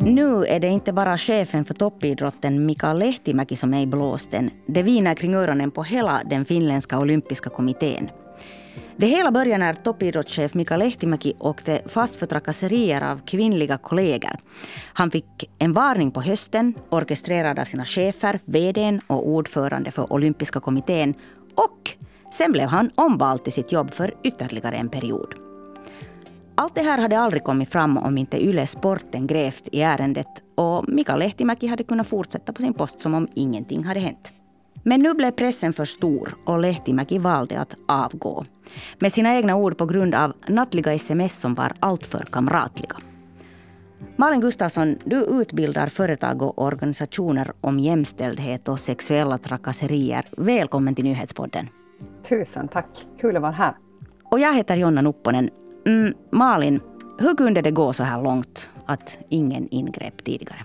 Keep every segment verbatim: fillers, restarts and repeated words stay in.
Nu är det inte bara chefen för toppidrotten Mika Lehtimäki som är i blåsten. Det viner kring öronen på hela den finländska olympiska kommittén. Det hela började när toppidrottschef Mika Lehtimäki åkte fast för trakasserier av kvinnliga kollegor. Han fick en varning på hösten, orkestrerad av sina chefer, vdn och ordförande för olympiska kommittén. Och sen blev han omvald till sitt jobb för ytterligare en period. Allt det här hade aldrig kommit fram om inte Yle Sporten grävt i ärendet och Mika Lehtimäki hade kunnat fortsätta på sin post som om ingenting hade hänt. Men nu blev pressen för stor och Lehtimäki valde att avgå. Med sina egna ord på grund av nattliga sms som var alltför kamratliga. Malin Gustafsson, du utbildar företag och organisationer om jämställdhet och sexuella trakasserier. Välkommen till Nyhetspodden. Tusen tack, kul att vara här. Och jag heter Jonna Nupponen. Mm, Malin, hur kunde det gå så här långt att ingen ingrep tidigare?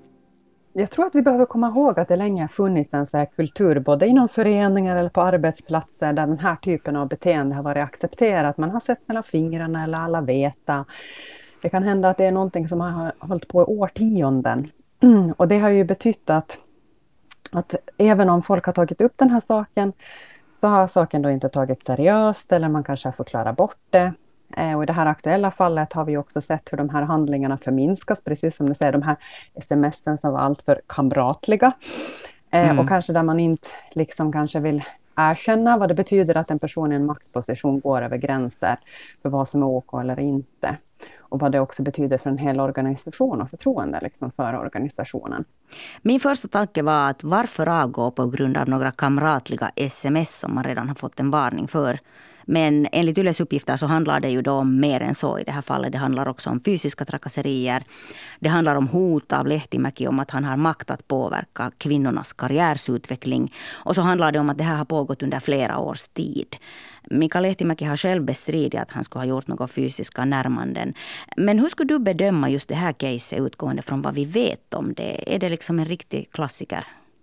Jag tror att vi behöver komma ihåg att det länge har funnits en så här kultur både inom föreningar eller på arbetsplatser där den här typen av beteende har varit accepterat. Man har sett mellan fingrarna eller alla veta. Det kan hända att det är någonting som har hållit på i årtionden. Mm, och det har ju betytt att, att även om folk har tagit upp den här saken så har saken då inte tagits seriöst eller man kanske har förklarat bort det. Och i det här aktuella fallet har vi också sett hur de här handlingarna förminskas, precis som du säger, de här sms'en som var allt för kamratliga. Mm. Och kanske där man inte liksom kanske vill erkänna vad det betyder att en person i en maktposition går över gränser för vad som är OK eller inte. Och vad det också betyder för en hel organisation och förtroende liksom för organisationen. Min första tanke var att varför avgå på grund av några kamratliga sms som man redan har fått en varning för. Men enligt Yles uppgifter så handlar det ju då om mer än så i det här fallet. Det handlar också om fysiska trakasserier. Det handlar om hot av Lehtimäki om att han har makt att påverka kvinnornas karriärsutveckling. Och så handlar det om att det här har pågått under flera års tid. Mika Lehtimäki har själv bestridit att han skulle ha gjort några fysiska närmanden. Men hur skulle du bedöma just det här caset utgående från vad vi vet om det? Är det liksom en riktig klassiker?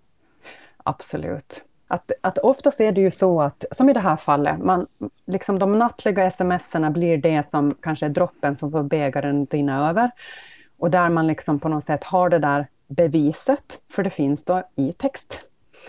Absolut. Att, att oftast är det ju så att, som i det här fallet, man, liksom de nattliga sms'erna blir det som kanske är droppen som får bägaren rinna över. Och där man liksom på något sätt har det där beviset, för det finns då i text.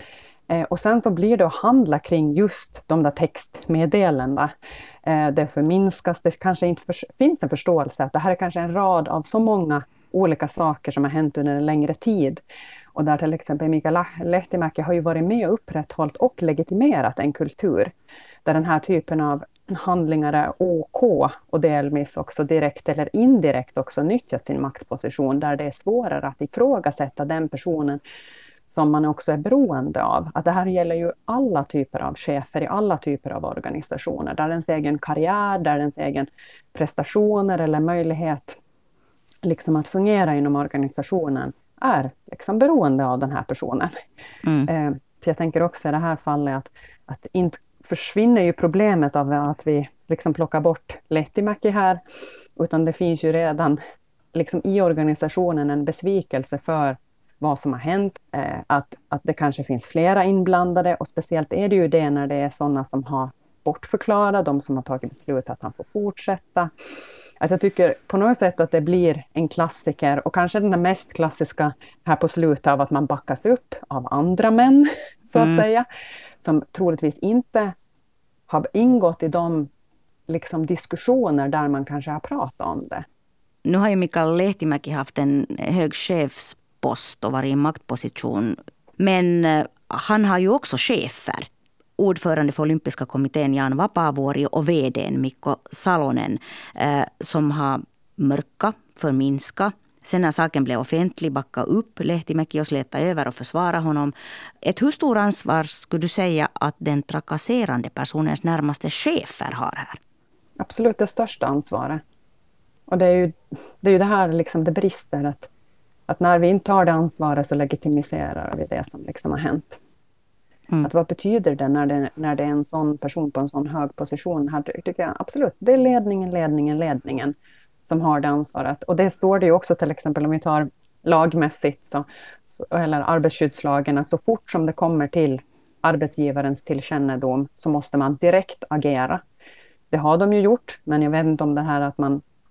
Eh, och sen så blir det att handla kring just de där textmeddelandena. Eh, det förminskas, det kanske inte för, finns en förståelse att det här är kanske en rad av så många olika saker som har hänt under en längre tid. Och där till exempel Mika Lehtimäki har ju varit med och upprätthållit och legitimerat en kultur där den här typen av handlingar är OK och delvis också direkt eller indirekt också nyttjat sin maktposition där det är svårare att ifrågasätta den personen som man också är beroende av. Att det här gäller ju alla typer av chefer i alla typer av organisationer där ens egen karriär, där ens egen prestationer eller möjlighet liksom att fungera inom organisationen är liksom beroende av den här personen. Mm. Eh, så jag tänker också i det här fallet att, att inte försvinner ju problemet av att vi liksom plockar bort Lehtimäki här, utan det finns ju redan liksom i organisationen en besvikelse för vad som har hänt, eh, att, att det kanske finns flera inblandade och speciellt är det ju det när det är sådana som har bortförklarat, de som har tagit beslut att han får fortsätta. Alltså jag tycker på något sätt att det blir en klassiker och kanske den mest klassiska här på slutet av att man backas upp av andra män så att mm. säga, som troligtvis inte har ingått i de liksom, diskussioner där man kanske har pratat om det. Nu har ju Mika Lehtimäki haft en hög chefspost och varit i maktposition, men han har ju också chefer. Ordförande för olympiska kommittén Jan Vapaavuori och vdn Mikko Salonen eh, som har mörka, förminska. Sen när saken blev offentlig backa upp Lehtimäki och släta över och försvara honom. Ett hur stor ansvar skulle du säga att den trakasserande personens närmaste chefer har här? Absolut det största ansvaret. Och det är ju det, är ju det här liksom det brister att, att när vi inte tar det ansvaret så legitimiserar vi det som liksom har hänt. Mm. Att vad betyder det när, det när det är en sån person på en sån hög position? Här tycker jag absolut, det är ledningen, ledningen, ledningen som har det ansvaret. Och det står det ju också till exempel om vi tar lagmässigt så, så, eller arbetsskyddslagen, att så fort som det kommer till arbetsgivarens tillkännedom så måste man direkt agera. Det har de ju gjort, men jag vet inte om det här att man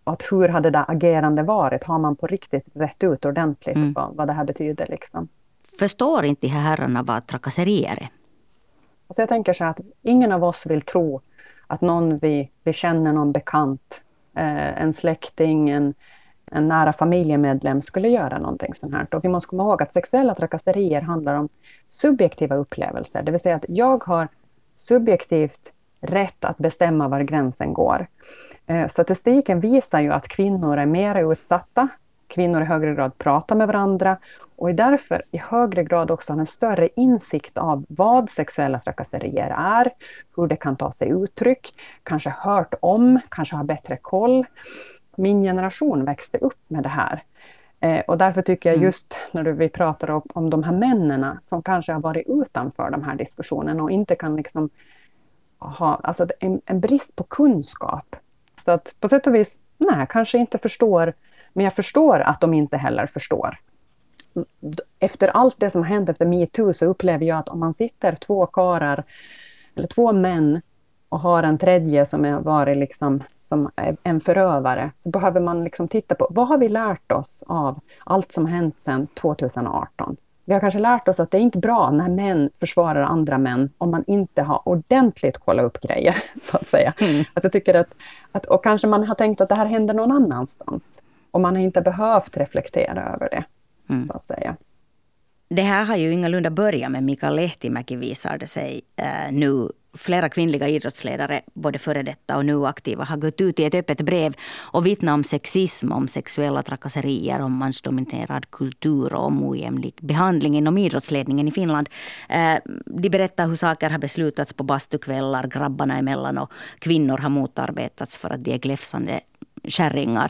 att hur hade det agerande varit? Har man på riktigt rätt ut ordentligt mm. vad, vad det här betyder? Liksom? Förstår inte de här herrarna vad trakasserier är? Alltså jag tänker så att ingen av oss vill tro att någon vi, vi känner, någon bekant, eh, en släkting, en, en nära familjemedlem skulle göra någonting sånt här. Och vi måste komma ihåg att sexuella trakasserier handlar om subjektiva upplevelser. Det vill säga att jag har subjektivt rätt att bestämma var gränsen går. Eh, statistiken visar ju att kvinnor är mer utsatta. Kvinnor i högre grad pratar med varandra och är därför i högre grad också har en större insikt av vad sexuella trakasserier är, hur det kan ta sig uttryck, kanske hört om, kanske har bättre koll. Min generation växte upp med det här. Eh, och därför tycker jag just när vi pratar om, om de här männen som kanske har varit utanför de här diskussionerna och inte kan liksom ha alltså en, en brist på kunskap. Så att på sätt och vis, nej, kanske inte förstår. Men jag förstår att de inte heller förstår. Efter allt det som har hänt efter MeToo så upplever jag att om man sitter två karar eller två män och har en tredje som är varit liksom som en förövare, så behöver man liksom titta på vad har vi lärt oss av allt som har hänt sedan tjugoarton. Vi har kanske lärt oss att det är inte bra när män försvarar andra män om man inte har ordentligt kollat upp grejer, så att säga. Mm. Att jag tycker att, att, och kanske man har tänkt att det här händer någon annanstans. Och man har inte behövt reflektera över det, mm. så att säga. Det här har ju ingalunda börjat med Mika Lehtimäki, visar det sig eh, nu. Flera kvinnliga idrottsledare, både före detta och nu aktiva, har gått ut i ett öppet brev och vittnat om sexism, om sexuella trakasserier, om mansdominerad kultur och om ojämlik behandling inom idrottsledningen i Finland. Eh, de berättar hur saker har beslutats på bastukvällar, grabbarna emellan, och kvinnor har motarbetats för att de är gläfsande kärringar.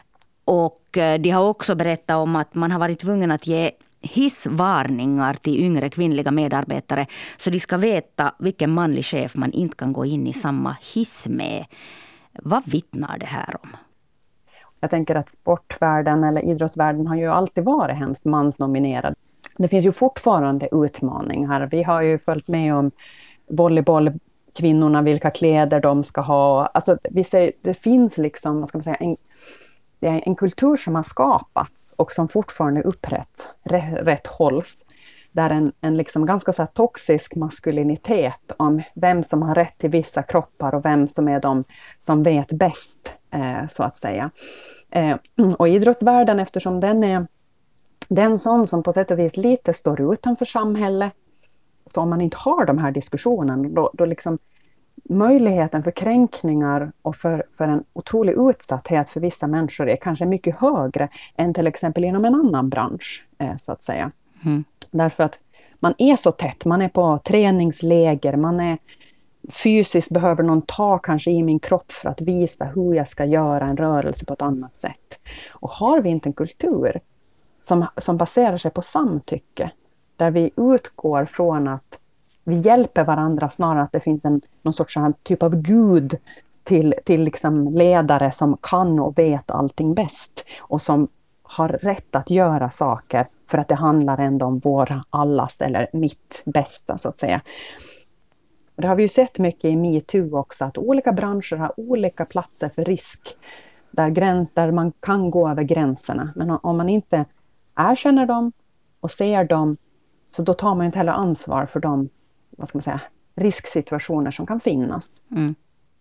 Och de har också berättat om att man har varit tvungen att ge hissvarningar till yngre kvinnliga medarbetare så de ska veta vilken manlig chef man inte kan gå in i samma hiss med. Vad vittnar det här om? Jag tänker att sportvärlden eller idrottsvärlden har ju alltid varit hemskt mansnominerad. Det finns ju fortfarande utmaningar. Vi har ju följt med om volleybollkvinnorna, vilka kläder de ska ha. Alltså, vi säger, det finns liksom, vad ska man säga, en Det är en kultur som har skapats och som fortfarande upprätt, rätt hålls. Där en, en liksom ganska så här toxisk maskulinitet om vem som har rätt till vissa kroppar och vem som är de som vet bäst, eh, så att säga. Eh, och idrottsvärlden, eftersom den är den sån som på sätt och vis lite står utanför samhället, så om man inte har de här diskussionerna, då, då liksom möjligheten för kränkningar och för, för en otrolig utsatthet för vissa människor är kanske mycket högre än till exempel inom en annan bransch, eh, så att säga. Mm. Därför att man är så tätt, man är på träningsläger, man är fysiskt behöver någon ta kanske i min kropp för att visa hur jag ska göra en rörelse på ett annat sätt. Och har vi inte en kultur som, som baserar sig på samtycke, där vi utgår från att vi hjälper varandra snarare att det finns en, någon sorts typ av gud till, till liksom ledare som kan och vet allting bäst. Och som har rätt att göra saker för att det handlar ändå om våra, allas eller mitt bästa, så att säga. Och det har vi ju sett mycket i MeToo också, att olika branscher har olika platser för risk. Där, gräns, där man kan gå över gränserna. Men om man inte erkänner dem och ser dem, så då tar man inte heller ansvar för dem, vad ska man säga, risksituationer som kan finnas. Mm.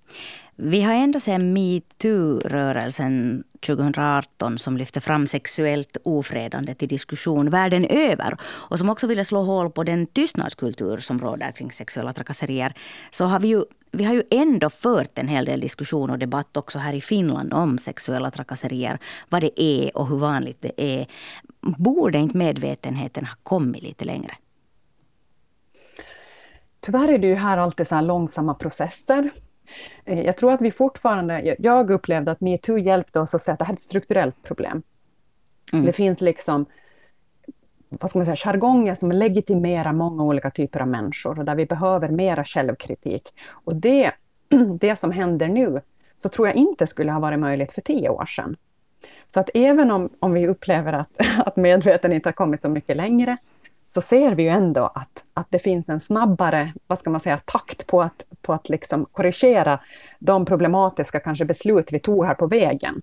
Vi har ändå sedan MeToo-rörelsen tjugoarton som lyfter fram sexuellt ofredande till diskussion världen över och som också ville slå hål på den tystnadskultur som råder kring sexuella trakasserier, så har vi ju vi har ju ändå fört en hel del diskussion och debatt också här i Finland om sexuella trakasserier, vad det är och hur vanligt det är. Borde inte medvetenheten ha kommit lite längre? Tyvärr är det ju här alltid så här långsamma processer. Jag tror att vi fortfarande, jag upplevde att MeToo hjälpte oss att se att det här är ett strukturellt problem. Mm. Det finns liksom, vad ska man säga, jargonger som legitimerar många olika typer av människor och där vi behöver mera självkritik. Och det, det som händer nu, så tror jag inte skulle ha varit möjligt för tio år sedan. Så att även om, om vi upplever att, att medvetenheten inte har kommit så mycket längre, så ser vi ju ändå att, att det finns en snabbare, vad ska man säga, takt på att, på att liksom korrigera de problematiska kanske beslut vi tog här på vägen.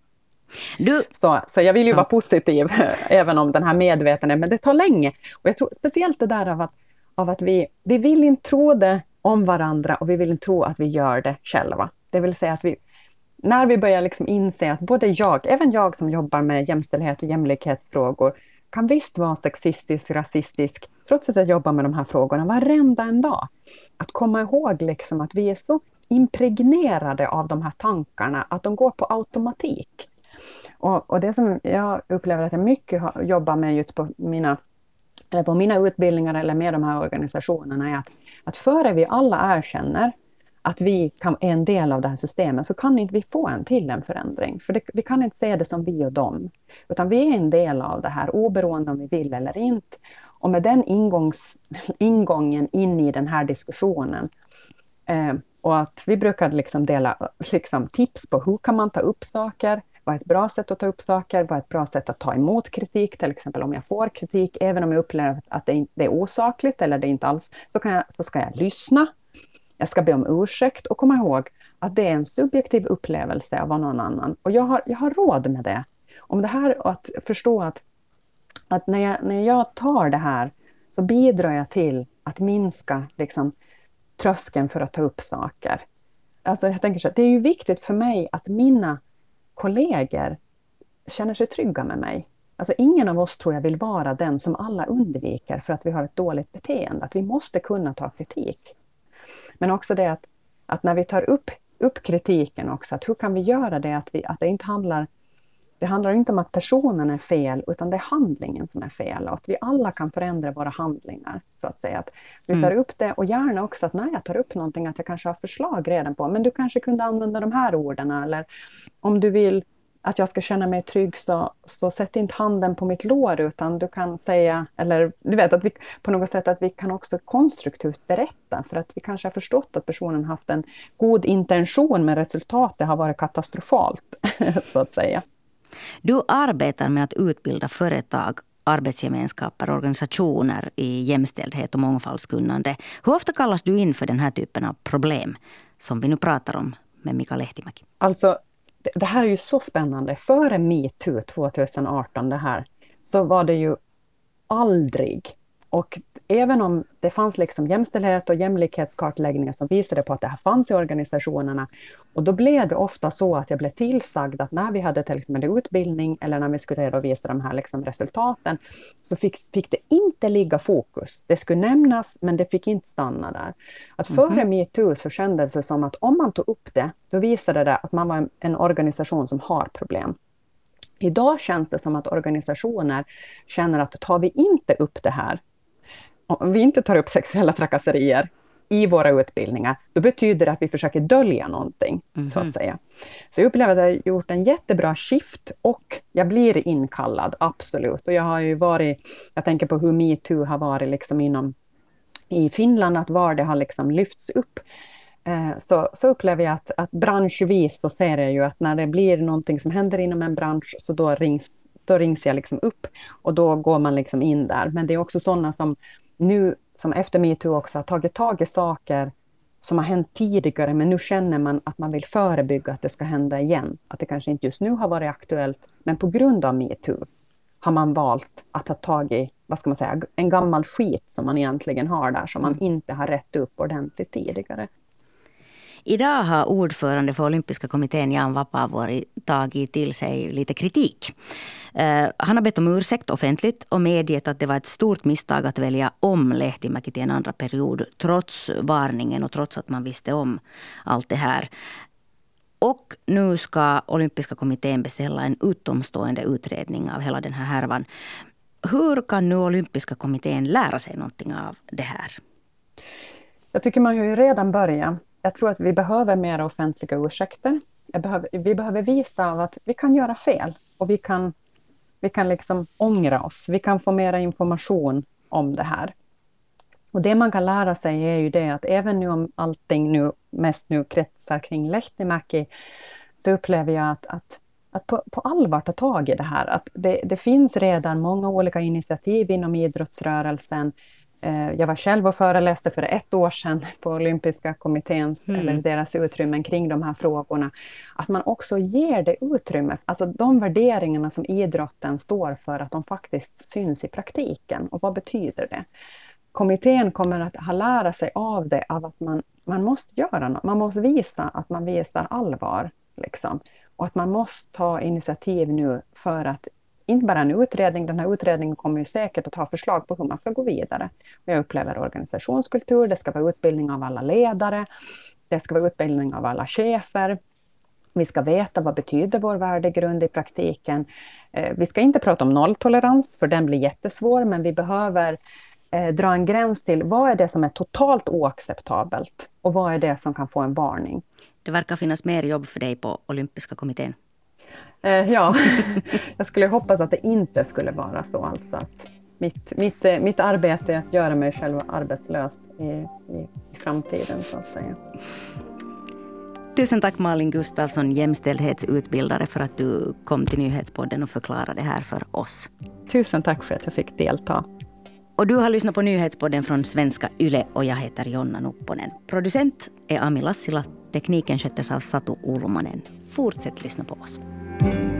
Du... Så, så jag vill ju ja. vara positiv även om den här medvetenheten, men det tar länge. Och jag tror speciellt det där av att, av att vi, vi vill inte tro det om varandra och vi vill inte tro att vi gör det själva. Det vill säga att vi, när vi börjar liksom inse att både jag, även jag som jobbar med jämställdhet och jämlikhetsfrågor, kan visst vara sexistisk, rasistisk, trots att jag jobbar med de här frågorna varenda en dag. Att komma ihåg liksom att vi är så impregnerade av de här tankarna att de går på automatik. Och, och det som jag upplever att jag mycket jobbar med just på mina, eller på mina utbildningar eller med de här organisationerna är att, att före vi alla erkänner att vi kan, är en del av det här systemet, så kan inte vi få en till en förändring. För det, vi kan inte se det som vi och dem, utan vi är en del av det här oberoende om vi vill eller inte. Och med den ingångs, ingången in i den här diskussionen eh, och att vi brukar liksom dela liksom tips på hur kan man ta upp saker, vad är ett bra sätt att ta upp saker, vad är ett bra sätt att ta emot kritik, till exempel om jag får kritik, även om jag upplever att det, det är osakligt eller det inte alls, så, kan jag, så ska jag lyssna. Jag ska be om ursäkt och komma ihåg att det är en subjektiv upplevelse av någon annan. Och jag har, jag har råd med det. Om det här och att förstå att, att när, jag, när jag tar det här så bidrar jag till att minska liksom, tröskeln för att ta upp saker. Alltså jag tänker så att det är ju viktigt för mig att mina kollegor känner sig trygga med mig. Alltså ingen av oss tror jag vill vara den som alla undviker för att vi har ett dåligt beteende. Att vi måste kunna ta kritik. Men också det att, att när vi tar upp, upp kritiken också, att hur kan vi göra det att, vi, att det inte handlar, det handlar inte om att personen är fel, utan det är handlingen som är fel. Och att vi alla kan förändra våra handlingar, så att säga. Att vi tar upp det och gärna också att när jag tar upp någonting att jag kanske har förslag redan på, men du kanske kunde använda de här orden, eller om du vill att jag ska känna mig trygg så, så sätt inte handen på mitt lår, utan du kan säga, eller du vet att vi på något sätt att vi kan också konstruktivt berätta, för att vi kanske har förstått att personen haft en god intention men resultatet har varit katastrofalt så att säga. Du arbetar med att utbilda företag, arbetsgemenskaper och organisationer i jämställdhet och mångfaldskunnande. Hur ofta kallas du in för den här typen av problem som vi nu pratar om med Mika Lehtimäki? Alltså det här är ju så spännande. Före MeToo tjugoarton det här, så var det ju aldrig. Och även om det fanns liksom jämställdhet och jämlikhetskartläggningar som visade på att det här fanns i organisationerna. Och då blev det ofta så att jag blev tillsagd att när vi hade till exempel utbildning eller när vi skulle redovisa de här liksom resultaten, så fick, fick det inte ligga fokus. Det skulle nämnas, men det fick inte stanna där. Att före mm-hmm. MeToo så kändes det som att om man tog upp det, så visade det att man var en organisation som har problem. Idag känns det som att organisationer känner att tar vi inte upp det här, om vi inte tar upp sexuella trakasserier i våra utbildningar, då betyder det att vi försöker dölja någonting, mm-hmm. så att säga. Så jag upplever att jag har gjort en jättebra shift och jag blir inkallad, absolut. Och jag har ju varit, jag tänker på hur MeToo har varit liksom inom, i Finland, att var det har liksom lyfts upp. Så, så upplever jag att, att branschvis så ser jag ju att när det blir någonting som händer inom en bransch, så då rings, då rings jag liksom upp och då går man liksom in där. Men det är också sådana som nu, som efter MeToo också har tagit tag i saker som har hänt tidigare, men nu känner man att man vill förebygga att det ska hända igen. Att det kanske inte just nu har varit aktuellt, men på grund av MeToo har man valt att ta tag i, vad ska man säga, en gammal skit som man egentligen har där, som man mm. inte har rätt upp ordentligt tidigare. Idag har ordförande för Olympiska kommittén Jan Vapaavuori tagit till sig lite kritik. Uh, han har bett om ursäkt offentligt och medgett att det var ett stort misstag att välja om Lehtimäki till en andra period, trots varningen och trots att man visste om allt det här. Och nu ska Olympiska kommittén beställa en utomstående utredning av hela den här härvan. Hur kan nu Olympiska kommittén lära sig någonting av det här? Jag tycker man ju redan börja. Jag tror att vi behöver mer offentliga ursäkter. Jag behöver, vi behöver visa att vi kan göra fel och vi kan, vi kan liksom ångra oss. Vi kan få mera information om det här. Och det man kan lära sig är ju det att även nu om allting nu mest nu kretsar kring Lehtimäki, så upplever jag att, att, att på, på allvar ta tag i det här. Att det, det finns redan många olika initiativ inom idrottsrörelsen. Jag var själv och föreläste för ett år sedan på olympiska kommitténs mm. eller deras utrymmen kring de här frågorna. Att man också ger det utrymme, alltså de värderingarna som idrotten står för, att de faktiskt syns i praktiken. Och vad betyder det? Kommittén kommer att ha lära sig av det, av att man, man måste göra något. Man måste visa att man visar allvar. Liksom. Och att man måste ta initiativ nu för att inte bara en utredning, den här utredningen kommer ju säkert att ha förslag på hur man ska gå vidare. Jag upplever organisationskultur, det ska vara utbildning av alla ledare, det ska vara utbildning av alla chefer. Vi ska veta vad betyder vår värdegrund i praktiken. Vi ska inte prata om nolltolerans, för den blir jättesvår, men vi behöver eh, dra en gräns till vad är det som är totalt oacceptabelt och vad är det som kan få en varning. Det verkar finnas mer jobb för dig på olympiska kommittén. Eh, ja, jag skulle hoppas att det inte skulle vara så. Alltså att mitt, mitt, mitt arbete är att göra mig själv arbetslös i, i, i framtiden, så att säga. Tusen tack Malin Gustafsson, jämställdhetsutbildare, för att du kom till Nyhetspodden och förklarade det här för oss. Tusen tack för att jag fick delta. Och du har lyssnat på Nyhetspodden från Svenska Yle och jag heter Jonna Nupponen. Producent är Ami Lassila, tekniken sköttes av Satu Ulmanen. Fortsätt lyssna på oss.